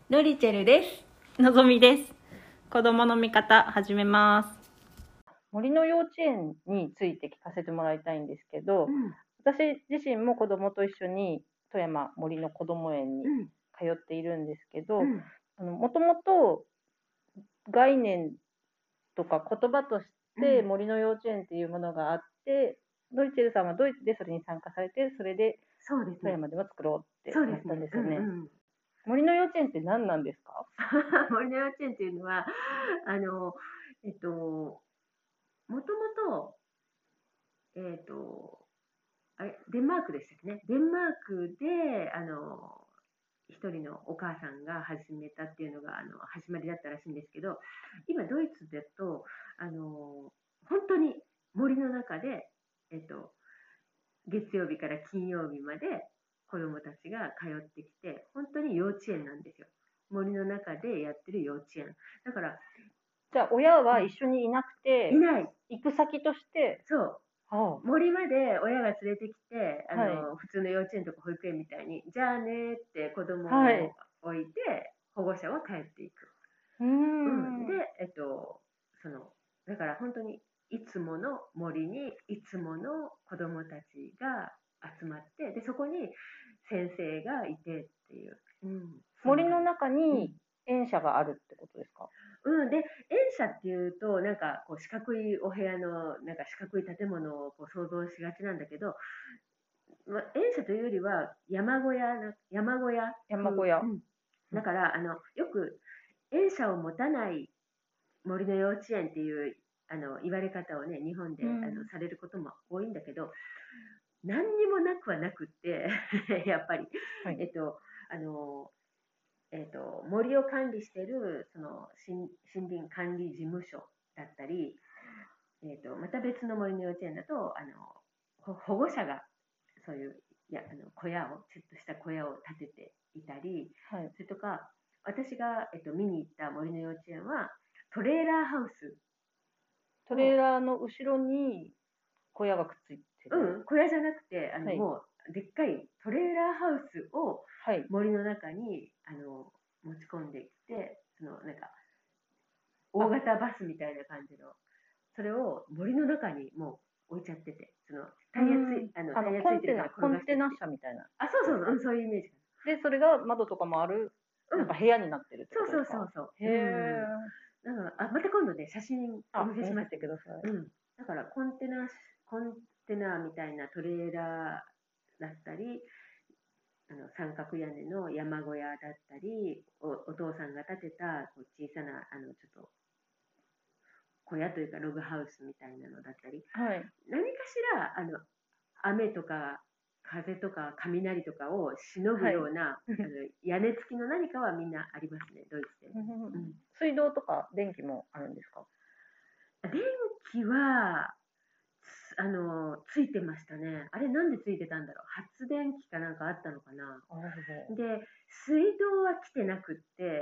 ロリチェルです。 のぞみです。子供の見方始めます。 森の幼稚園について聞かせてもらいたいんですけど、私自身も子供と一緒に富山森のこども園に通っているんですけど、もともと概念とか言葉として森の幼稚園っていうものがあって、ロリチェルさんはドイツでそれに参加されて、それで富山でも作ろうってやったんですよね。森の幼稚園って何なんですか？ 森の幼稚園っていうのは、もともと、デンマークでしたっけね。デンマークで、一人のお母さんが始めたっていうのが、始まりだったらしいんですけど、今、ドイツだと、本当に森の中で、月曜日から金曜日まで子どもたちが通ってきて、本当に幼稚園なんですよ。森の中でやってる幼稚園。だから、 じゃあ親は一緒にいなくて、 いない。 行く先として、 そう。森まで親が連れてきて、普通の幼稚園とか保育園みたいに、じゃあねって子供を置いて、保護者は帰っていく。で、だから本当にいつもの森にいつもの子供たちが集まって、で、そこに先生がいてっていう。 森の中に園舎があるってことですか？ で、園舎っていうと、なんかこう四角いお部屋の、なんか四角い建物をこう想像しがちなんだけど、園舎というよりは山小屋。だから、よく園舎を持たない森の幼稚園っていう言われ方をね、日本でされることも多いんだけど、何にもなくはなくってやっぱり、森を管理しているその森林管理事務所だったり、また別の森の幼稚園だと保護者がそういうちょっとした小屋を建てていたり、それとか私が、見に行った森の幼稚園はトレーラーハウス。 トレーラーの後ろに小屋がくっついてる？ 小屋じゃなくてもうでっかいトレーラーハウスを森の中に持ち込んできて、なんか大型バスみたいな感じの、それを森の中にもう置いちゃってて、タイヤついてるからコンテナ車みたいな。 そういうイメージ。 で、それが窓とかもある、なんか部屋になってるってことですか？ そう。 へえ。 また今度ね、写真お見せします。 見せてください。 だからコンテナみたいなトレーラーだったり、三角屋根の山小屋だったり、お父さんが建てたこう小さなちょっと小屋というかログハウスみたいなのだったり、何かしら雨とか風とか雷とかをしのぐような、屋根付きの何かはみんなありますね、ドイツで。 水道とか電気もあるんですか？ 電気はついてましたね。あれなんでついてたんだろう。発電機かなんかあったのかな。で、水道は来てなくって、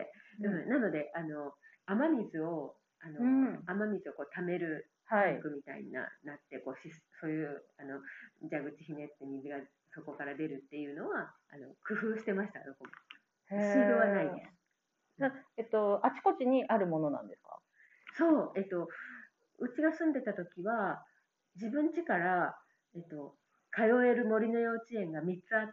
なので雨水をこう溜めるタンクみたいになってこうそういう蛇口ひねって水がそこから出るっていうのは工夫してました。どこも水道はないです。 あちこちにあるものなんですか？ そう、うちが住んでた時は自分家から、通える森の幼稚園が3つあって、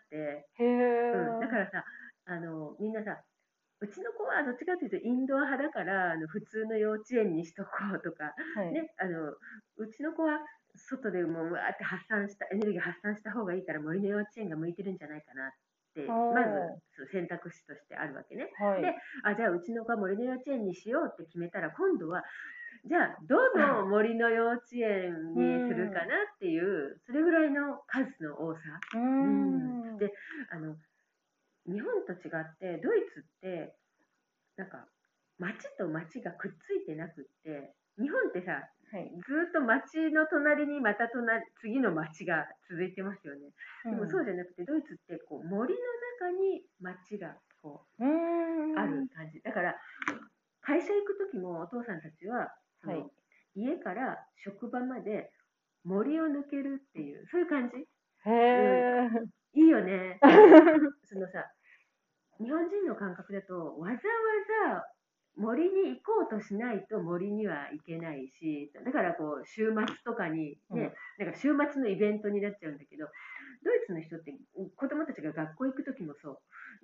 だからさみんなさ、うちの子はどっちかというとインドア派だから普通の幼稚園にしとこうとか、ね、うちの子は外でもうわーってエネルギー発散した方がいいから森の幼稚園が向いてるんじゃないかなってまず選択肢としてあるわけね。で、じゃあうちの子は森の幼稚園にしようって決めたら、今度はじゃあどの森の幼稚園にするかなっていう、それぐらいの数の多さ。で日本と違ってドイツってなんか町と町がくっついてなくって、日本ってさ、ずっと町の隣にまた次の町が続いてますよね。でもそうじゃなくてドイツってこう森の中に町がこうある感じだから、会社行く時もお父さんたちは家から職場まで森を抜けるっていう、そういう感じ。いいよね。そのさ、 日本人の感覚だとわざわざ森に行こうとしないと森には行けないし、だからこう週末とかにね、なんか週末のイベントになっちゃうんだけど、ドイツの人って子供たちが学校行く時もそう、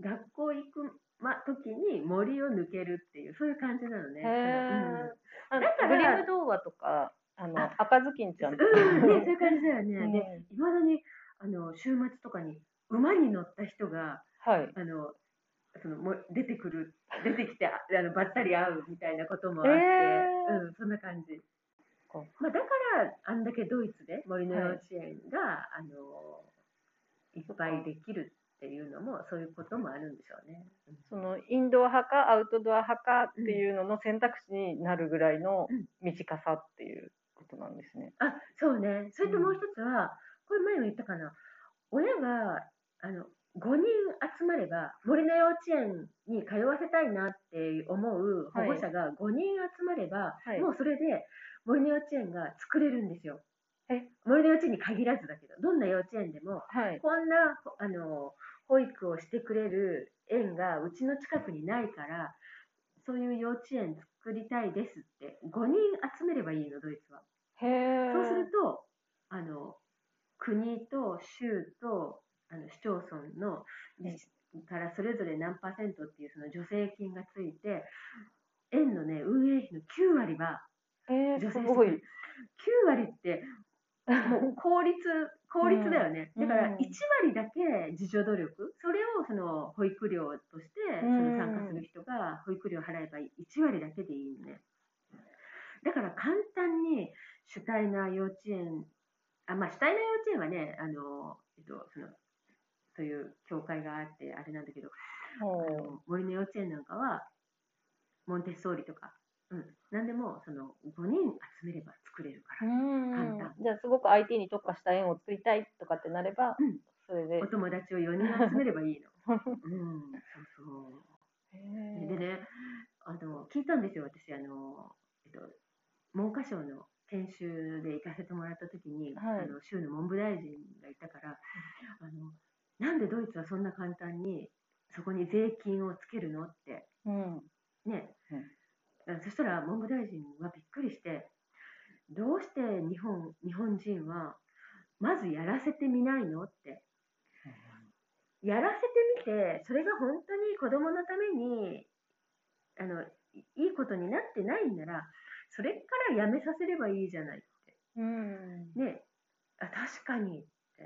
学校行く時に森を抜けるっていう、そういう感じなのね。 だからグリム童話とか赤ずきんちゃんとか、 ね、そういう感じだよね。で、いまだに週末とかに馬に乗った人が、出てきてばったり会うみたいなこともあって、そんな感じ。だからあんだけドイツで森の幼稚園が、いっぱいできるっていうのもそういうこともあるんでしょうね。 そのインドア派かアウトドア派かっていうのの選択肢になるぐらいの短さっていうことなんですね。 あ、そうね。それともう一つは、これ前も言ったかな。親が5人集まれば、森の幼稚園に通わせたいなって思う保護者が5人集まれば、もうそれで森の幼稚園が作れるんですよ。森の幼稚園に限らずだけど、どんな幼稚園でも、こんな保育をしてくれる園がうちの近くにないから、そういう幼稚園作りたいですって5人集めればいいの、ドイツは。そうすると国と州と市町村のからそれぞれ何%っていうその助成金がついて、園のね運営費の9割は助成してくれる。9割ってもう効率だよね。だから1割だけ自助努力、それをその保育料としてその参加する人が保育料払えば1割だけでいいのね。だから簡単にシュタイナー幼稚園、シュタイナー幼稚園はね、そういう教会があってあれなんだけど、森の幼稚園なんかはモンテッソーリとか、何でもその5人集めれば作れるから簡単。 じゃあすごく IT に特化した園を作りたいとかってなれば、それでお友達を4人集めればいいの。そうそう。でね、聞いたんですよ、私文科省の研修で行かせてもらった時に、州の文部大臣がいたから、なんでドイツはそんな簡単にそこに税金をつけるのって、ね、そしたら文部大臣はびっくりして、どうして日本人はまずやらせてみないのって、やらせてみて、それが本当に子供のためにいいことになってないんなら、それからやめさせればいいじゃないって。ね、確かにって。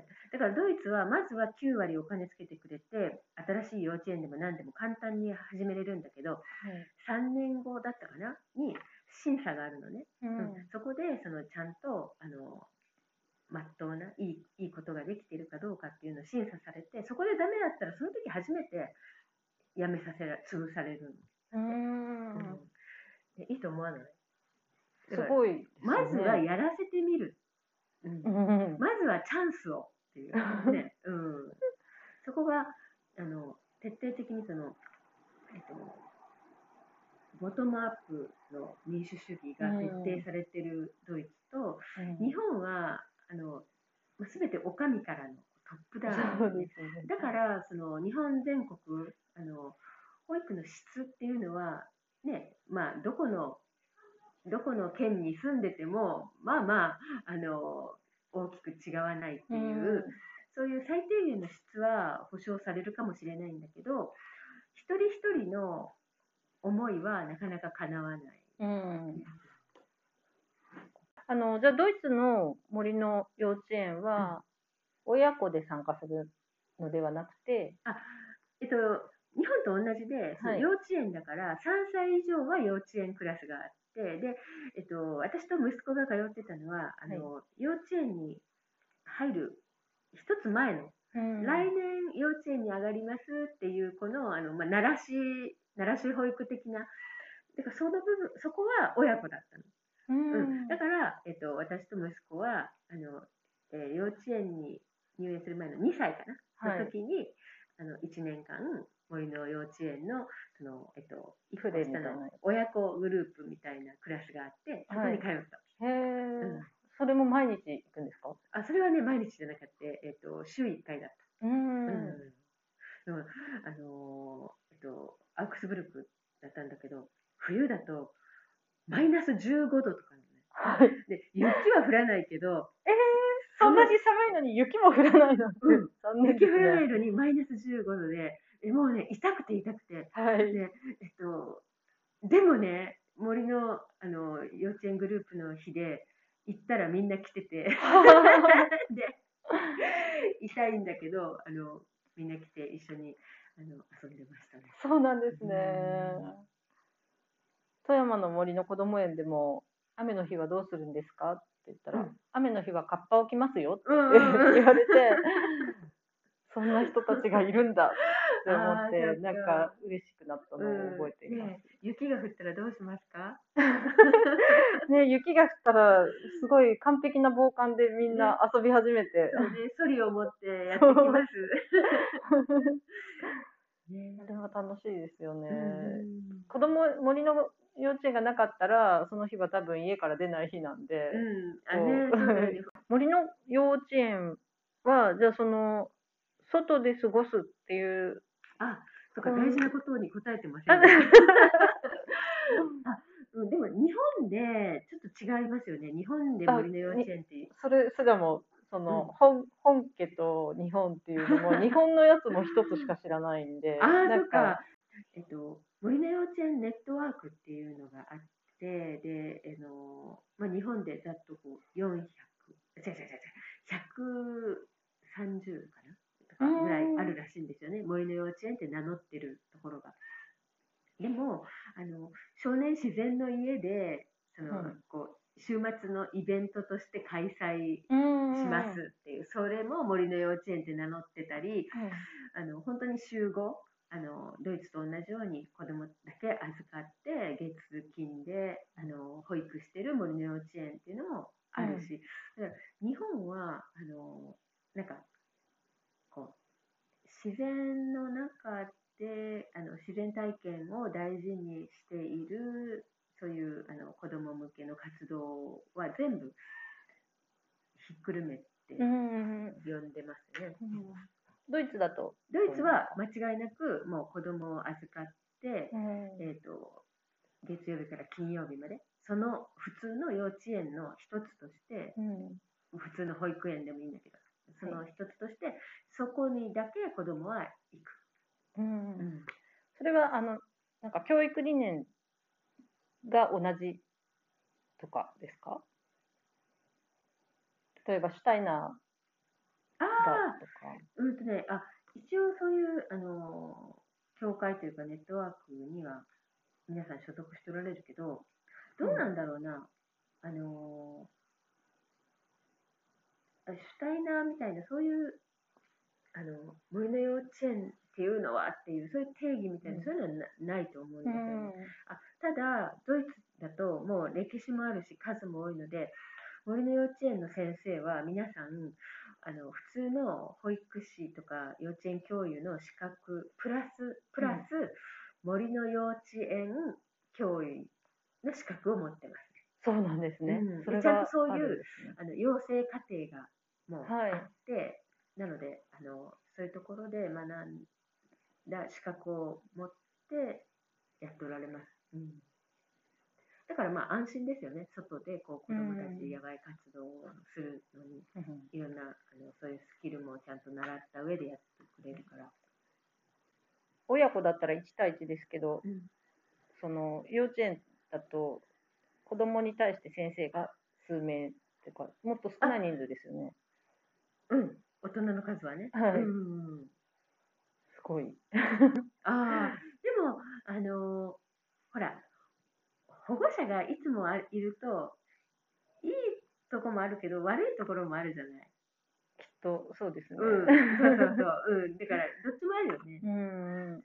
だからドイツはまずは9割お金つけてくれて、新しい幼稚園でも何でも簡単に始めれるんだけど、3年後だったかなに審査があるのね。そこでちゃんとまっとうないいことができているかどうかっていうのを審査されて、そこでダメだったらその時初めて潰されるの。いいと思わない？ すごい、 まずはやらせてみる。まずはチャンスをっていうね。そこが徹底的にボトムアップの民主主義が徹底されているドイツと、日本は全てお上からのトップダウン、だから日本全国保育の質っていうのはね、どこの県に住んでても大きく違わないっていう、そういう最低限の質は保証されるかもしれないんだけど、一人一人の思いはなかなか叶わない。 じゃあドイツの森の幼稚園は親子で参加するのではなくて、 日本と同じで、幼稚園だから3歳以上は幼稚園クラスがあって、で、私と息子が通ってたのは幼稚園に入る一つ前の、来年幼稚園に上がりますっていうこの慣らし保育的な、だからその部分、そこは親子だったの。だから、私と息子は幼稚園に入園する前の2歳かな、の時に1年間森の幼稚園の一個下の親子グループみたいなクラスがあって、そこに通った。 それも毎日行くんですか？ それはね、毎日じゃなくて、週1回だった。 アウクスブルクだったんだけど、冬だとマイナス15度とかなのね。で、雪は降らないけど、 そんなに寒いのに雪も降らないのって、 雪降らないのにマイナス15度で、もうね、痛くて。 はい。 で、でもね、森の、幼稚園グループの日で行ったらみんな来てて、で、痛いんだけど、みんな来て一緒に遊んでましたね。 そうなんですね。富山の森のこども園でも、雨の日はどうするんですかって言ったら、雨の日はカッパを着ますよって言われて、そんな人たちがいるんだって思って、なんか嬉しくなったのを覚えています。 雪が降ったらどうしますか？ ね、雪が降ったら、すごい完璧な防寒でみんな遊び始めて。 そうね、ソリを持ってやってきます。 あれは楽しいですよね。森の幼稚園がなかったら、その日は多分家から出ない日なんで、森の幼稚園は、じゃあ外で過ごすっていう。 とか大事なことに答えてませんね。でも日本でちょっと違いますよね。日本で森の幼稚園っていう。 それも本家と日本っていうのも、日本のやつも一つしか知らないんで。 なんか、森の幼稚園ネットワークっていうのがあって、で、日本でざっとこう130かなとかぐらいあるらしいんですよね。森の幼稚園って名乗ってるところが。でも、少年自然の家で、こう週末のイベントとして開催しますっていう、それも森の幼稚園って名乗ってたり、本当に週5、ドイツと同じように子供だけ預かって月金で保育してる森の幼稚園っていうのもあるし、だから日本はなんかこう自然の中で自然体験を大事にしている、そういう子ども向けの活動は全部ひっくるめて呼んでますね。 ドイツは間違いなくもう子どもを預かって、月曜日から金曜日までその普通の幼稚園の一つとして、普通の保育園でもいいんだけど、その一つとして、そこにだけ子どもは行く。 それはなんか教育理念が同じとかですか？例えばシュタイナーがとか。 一応そういう協会というかネットワークには皆さん所属しておられるけど、どうなんだろうな、シュタイナーみたいなそういう森の幼稚園っていうのはっていうそういう定義みたいな、そういうのはないと思うんですよね。ただドイツだともう歴史もあるし数も多いので、森の幼稚園の先生は皆さん普通の保育士とか幼稚園教諭の資格プラス森の幼稚園教諭の資格を持ってます。 そうなんですね。 ちゃんとそういう養成課程がもうあって、なのでそういうところで学んだ資格を持ってやっておられます。だから安心ですよね。外でこう子どもたち野外活動をするのに、いろんなそういうスキルもちゃんと習った上でやってくれるから。 親子だったら1対1ですけど、その幼稚園だと子どもに対して先生が数名というか、もっと少ない人数ですよね。 大人の数はね。 すごい。 でもほら、保護者がいつもいるといいとこもあるけど悪いところもあるじゃない。 きっとそうですね。 だからどっちもあるよね。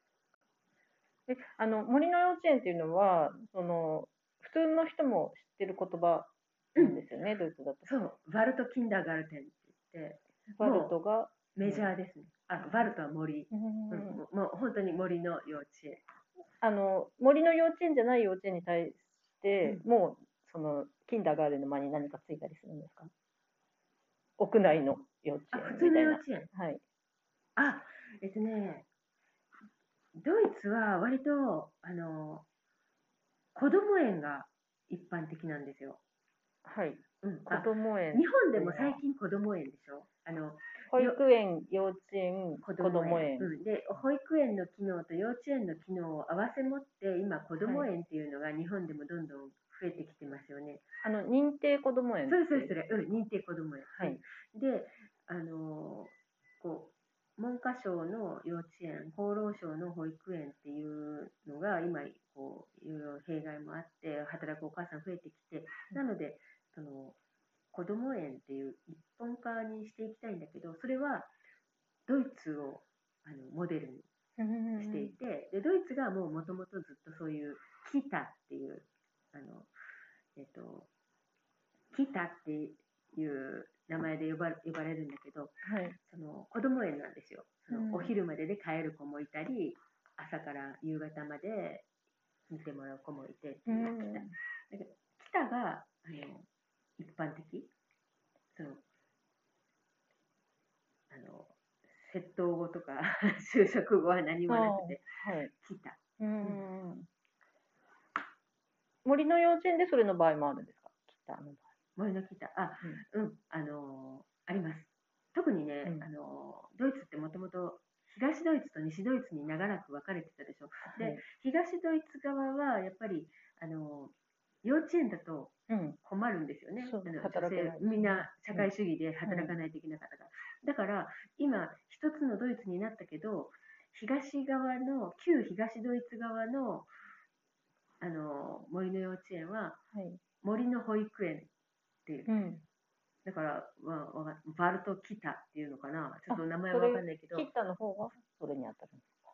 森の幼稚園っていうのは普通の人も知ってる言葉なんですよね、ドイツだと。 そう、バルトキンダーガルテンって言って、 バルトがメジャーですね。バルトは森、もう本当に森の幼稚園。 森の幼稚園じゃない幼稚園に対して、もうそのキンダーガールの前に何かついたりするんですか？屋内の幼稚園みたいな。 普通の幼稚園。 はい。 ドイツは割と子供園が一般的なんですよ。 はい。子供園。 日本でも最近子供園でしょ。 保育園、幼稚園、子供園。 で、保育園の機能と幼稚園の機能を合わせ持って、今子供園っていうのが日本でもどんどん増えてきてますよね。 認定子供園。 それ、認定子供園。 はい。 で、文科省の幼稚園、厚労省の保育園っていうのが今いろいろ弊害もあって働くお母さん増えてきて、なので子ども園っていう一本化にしていきたいんだけど、それはドイツをモデルにしていて、でドイツがもともとずっとそういうキタっていうキタっていう名前で呼ばれるんだけど、はい、その子ども園なんですよ。お昼までで帰る子もいたり、朝から夕方まで見てもらう子もいてっていうキタが一般的。窃盗後とか就職後は何もなくて、はい、キタ。 森の幼稚園でそれの場合もあるんですか？キタの場合。 森のキタ、あります。特にね、ドイツってもともと東ドイツと西ドイツに長らく分かれてたでしょ。で、東ドイツ側はやっぱり幼稚園だと困るんですよね。女性みんな社会主義で働かないといけなかったから。だから今一つのドイツになったけど、旧東ドイツ側の森の幼稚園は、森の保育園っていう。だから、バルトキタっていうのかな、ちょっと名前は分かんないけど、 キタの方がそれに当たるんですか？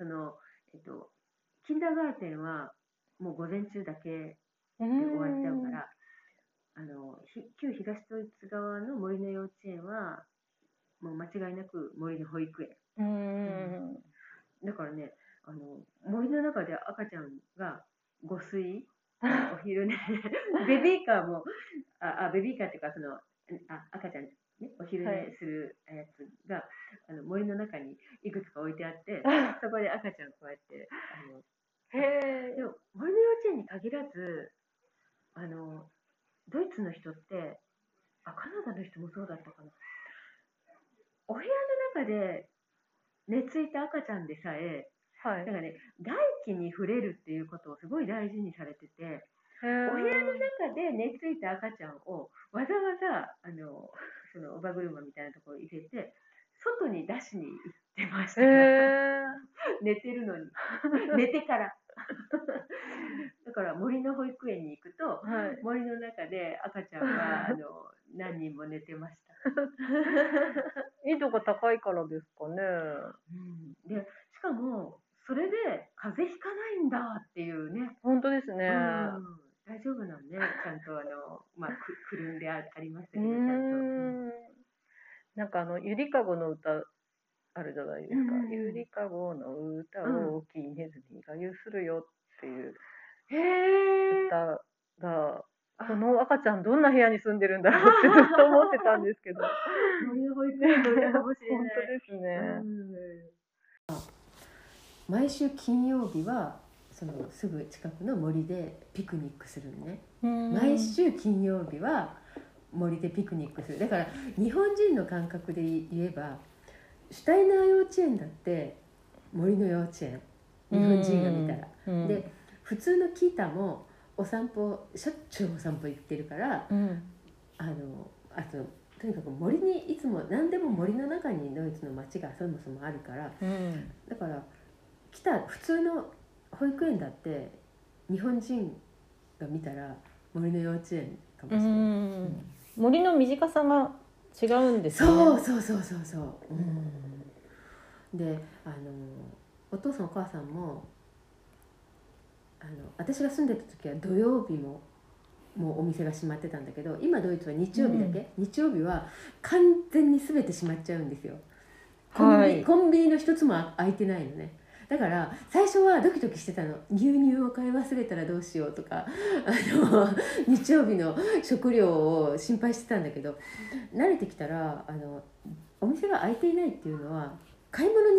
キンダーガーテンはもう午前中だけで終わっちゃうから、旧東ドイツ側の森の幼稚園はもう間違いなく森の保育園。だからね、森の中で赤ちゃんが誤睡お昼寝ベビーカーもベビーカーっていうか赤ちゃん、ね、お昼寝するやつが、森の中にいくつか置いてあってそこで赤ちゃんこうやってでも森の幼稚園に限らずドイツの人ってカナダの人もそうだったかな、お部屋の中で寝ついた赤ちゃんでさえ、だからね、外気に触れるっていうことをすごい大事にされてて、お部屋の中で寝ついた赤ちゃんをわざわざそのおば車みたいなところに入れて外に出しに行ってました、寝てるのに寝てからだから森の保育園に行くと、森の中で赤ちゃんが何人も寝てました緯度が高いからですかね。 でしかもそれで風邪ひかないんだっていうね。 本当ですね。 大丈夫なんね。ちゃんとくるんでありましたけど、ちゃんと。 なんかゆりかごの歌あるじゃないですか。ゆりかごの歌を大きいネズミがゆするよっていう歌が、この赤ちゃんどんな部屋に住んでるんだろうってずっと思ってたんですけど。 森の保育園の歌かもしれない。 本当ですね。 毎週金曜日はそのすぐ近くの森でピクニックするのね。毎週金曜日は森でピクニックする。だから日本人の感覚で言えばシュタイナー幼稚園だって森の幼稚園、日本人が見たら。で普通のキータもお散歩しょっちゅうお散歩行ってるから、あととにかく森にいつも何でも森の中にドイツの町がそもそもあるから、だから普通の保育園だって日本人が見たら森の幼稚園かもしれない。 森の短さが違うんですね。 そう、でお父さんお母さんも私が住んでた時は土曜日もうお店が閉まってたんだけど、今ドイツは日曜日だけ、日曜日は完全に全て閉まっちゃうんですよ。コンビニの一つも開いてないのね。だから最初はドキドキしてたの。牛乳を買い忘れたらどうしようとか日曜日の食料を心配してたんだけど、慣れてきたらお店が開いていないっていうのは買い物に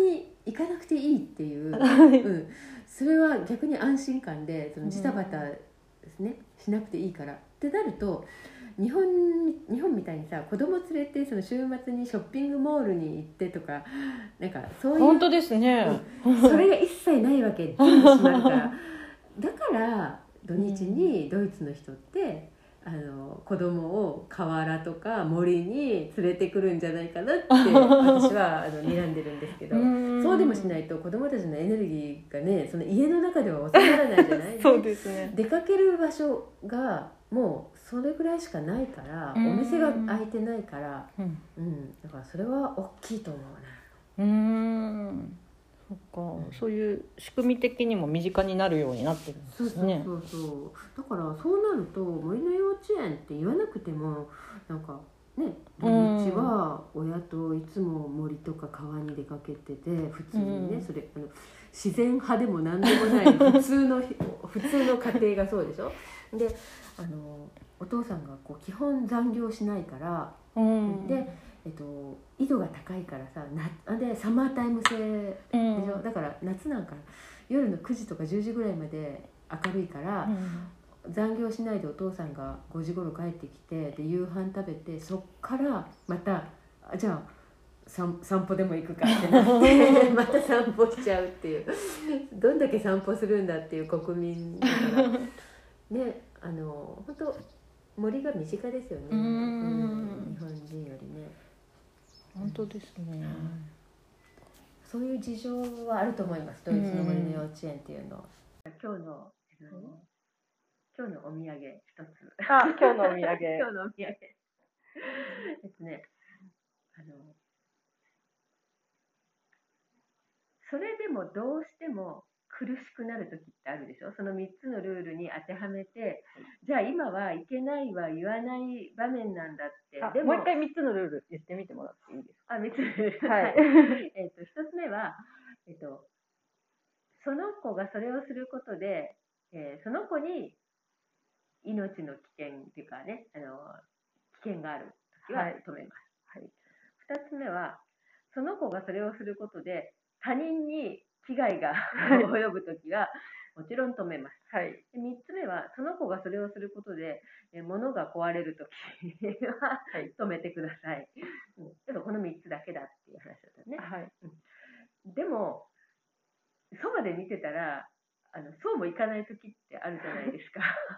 行かなくていいっていう、それは逆に安心感で、そのジタバタですね、しなくていいからってなると、日本みたいにさ、子供連れてその週末にショッピングモールに行ってとか、なんかそういう本当ですね、 それが一切ないわけ、全部閉まるからだから土日にドイツの人って子供を河原とか森に連れてくるんじゃないかなって私は睨んでるんですけどそうでもしないと子供たちのエネルギーがね、その家の中では収まらないじゃないそうですね。 出かける場所がもうそれぐらいしかないから、お店が開いてないから、だからそれは大きいと思うね。 そっか、そういう仕組み的にも身近になるようになってるんですね。 そうだからそうなると森の幼稚園って言わなくてもなんかね、土日は親といつも森とか川に出かけてて、普通にね、それ自然派でも何でもない普通の家庭がそうでしょ。でお父さんが基本残業しないから、で緯度が高いからさ、でサマータイム制でしょ、だから夏なんか夜の9時とか10時ぐらいまで明るいから、残業しないでお父さんが5時頃帰ってきて、で夕飯食べて、そっからまたじゃあ散歩でも行くかってなってまた散歩しちゃうっていうどんだけ散歩するんだっていう国民だからね、本当森が身近ですよね、日本人よりね。 本当ですね、 そういう事情はあると思います、ドイツの森の幼稚園っていうのは。今日のお土産一つ。 今日のお土産今日のお土産それでもどうしても苦しくなる時ってあるでしょ。その3つのルールに当てはめて、じゃあ今はいけないは言わない場面なんだって。 でももう一回3つのルール言ってみてもらっていいですか。 3つのルール、 はい 1つ目は、その子がそれをすることで、その子に命の危険っていうかね、危険がある時は止めます。2つ目は、その子がそれをすることで他人に危害が及ぶ時はもちろん止めます。で3つ目は、その子がそれをすることで物が壊れる時は止めてください。でもこの3つだけだっていう話だったね。でもそばで見てたらそうもいかない時ってあるじゃないですか。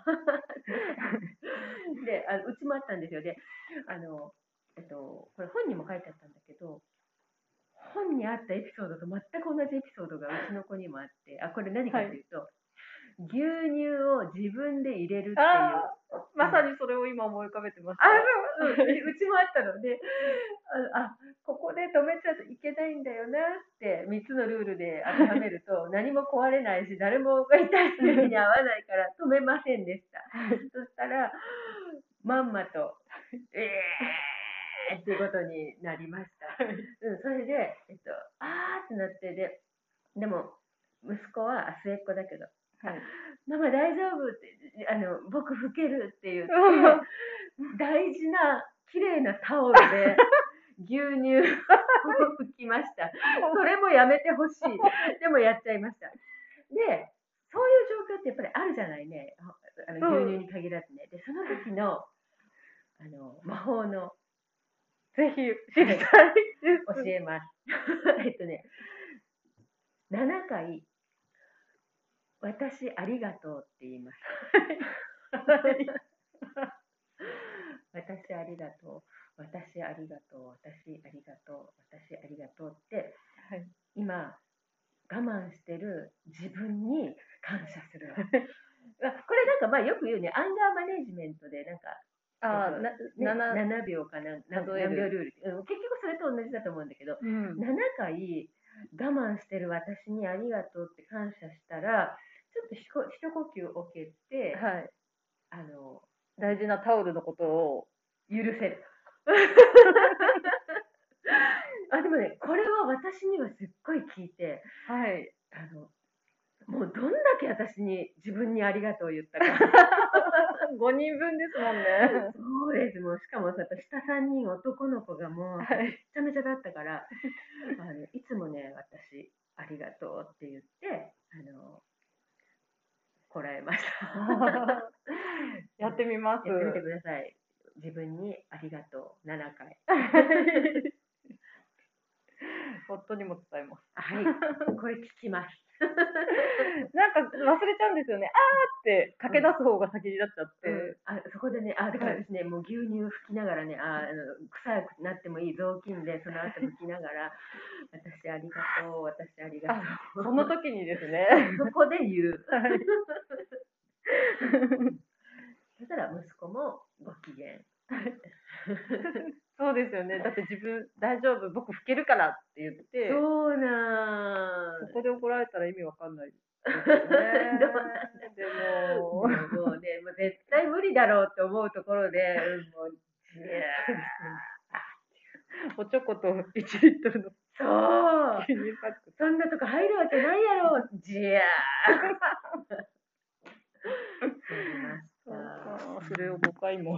でうちもあったんですよ。でこれ本にも書いてあったんだけど、本にあったエピソードと全く同じエピソードがうちの子にもあって、これ何かというと、牛乳を自分で入れるっていう。 まさにそれを今思い浮かべてます。 うちもあったので、ここで止めちゃいけないんだよなって3つのルールで当てはめると何も壊れないし、誰もが痛い目に遭わないから止めませんでした。そしたらまんまとっていうことになりました。それでってなって、でも息子は末っ子だけど、ママ大丈夫って僕拭けるって言って大事な綺麗なタオルで牛乳を拭きました。それもやめてほしい。でもやっちゃいました。で、そういう状況ってやっぱりあるじゃないね、牛乳に限らずね。でその時の魔法のぜひ知りたいです。 教えます。7回私ありがとうって言います。私ありがとう、私ありがとう、私ありがとう、私ありがとうって、今我慢してる自分に感謝する。これなんかよく言うね、アンガーマネジメントでなんか7秒か何秒ルール、結局それと同じだと思うんだけど、7回我慢してる私にありがとうって感謝したら、ちょっと一呼吸置けて、 大事なタオルのことを許せる。でもね、これは私にはすっごい効いて、もうどんだけ私に自分にありがとう言ったか。 5人分ですもんね。 そうです。もうしかもさ、下3人男の子がもうめちゃめちゃだったからいつもね、私ありがとうって言ってこらえましたやってみます。 やってみてください。自分にありがとう7回夫にも伝えます。 はい、これ聞きますなんか忘れちゃうんですよね。あーって駆け出す方が先になっちゃって、 そこでね、だからですね、もう牛乳拭きながらね、臭くなってもいい雑巾でその後拭きながら私ありがとう、私ありがとう。 その時にですね。 そこで言う。 はい、 そしたら息子もご機嫌。 そうですよね。だって自分大丈夫、僕拭けるからって言って、 そうなん。 そこで怒られたら意味わかんないですね。でももうね、もう絶対無理だろうって思うところで、もうおちょこと1リットルのそう牛乳パック。 そんなとこ入るわけないやろう。じゃあ。 それを5回も。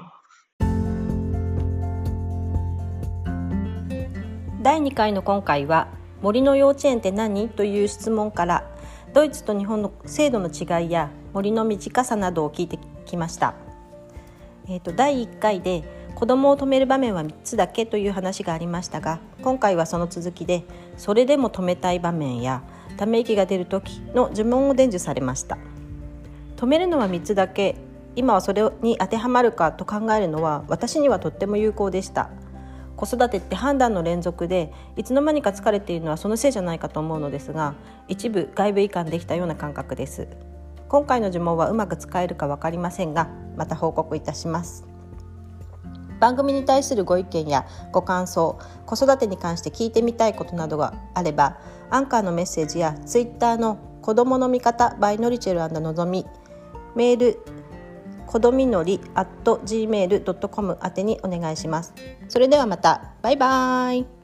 第2回の今回は森の幼稚園って何？という質問からドイツと日本の制度の違いや森の短さなどを聞いてきました。第1回で子供を止める場面は3つだけという話がありましたが、今回はその続きでそれでも止めたい場面やため息が出る時の呪文を伝授されました。止めるのは3つだけ、今はそれに当てはまるかと考えるのは私にはとっても有効でした。子育てって判断の連続でいつの間にか疲れているのはそのせいじゃないかと思うのですが、一部外部移管できたような感覚です。今回の呪文はうまく使えるか分かりませんが、また報告いたします。番組に対するご意見やご感想、子育てに関して聞いてみたいことなどがあれば、アンカーのメッセージやツイッターの子どもの味方 by のりちぇる&のぞみ、メールこどみのり@gmail.com 宛てにお願いします。それではまた。バイバイ。